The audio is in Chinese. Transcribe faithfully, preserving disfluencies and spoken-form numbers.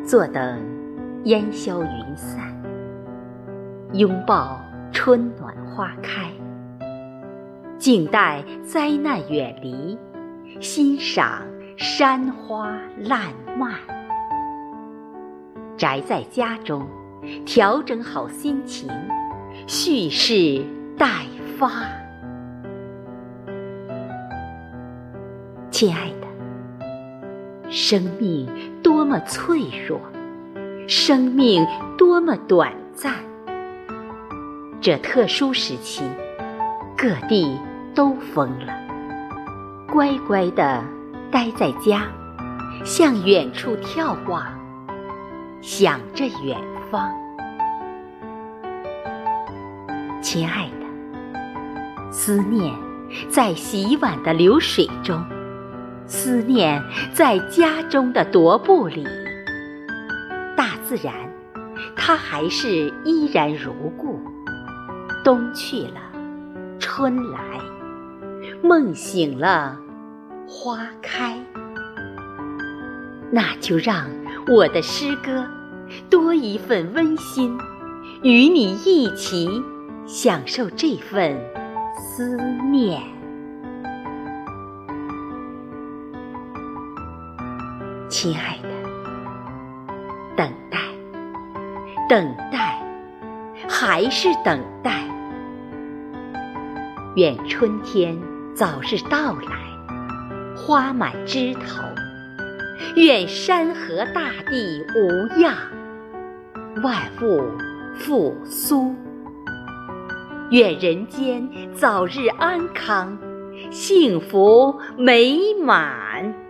坐等烟消云散，拥抱春暖花开，静待灾难远离，欣赏山花烂漫。宅在家中，调整好心情，蓄势待发。亲爱的，生命多么脆弱，生命多么短暂。这特殊时期，各地都封了，乖乖地待在家，向远处眺望，想着远方。亲爱的，思念在洗碗的流水中，思念在家中的踱步里。大自然，它还是依然如故。冬去了，春来，梦醒了，花开。那就让我的诗歌多一份温馨，与你一起享受这份思念。亲爱的，等待，等待，还是等待。愿春天早日到来，花满枝头；愿山河大地无恙，万物复苏；愿人间早日安康，幸福美满。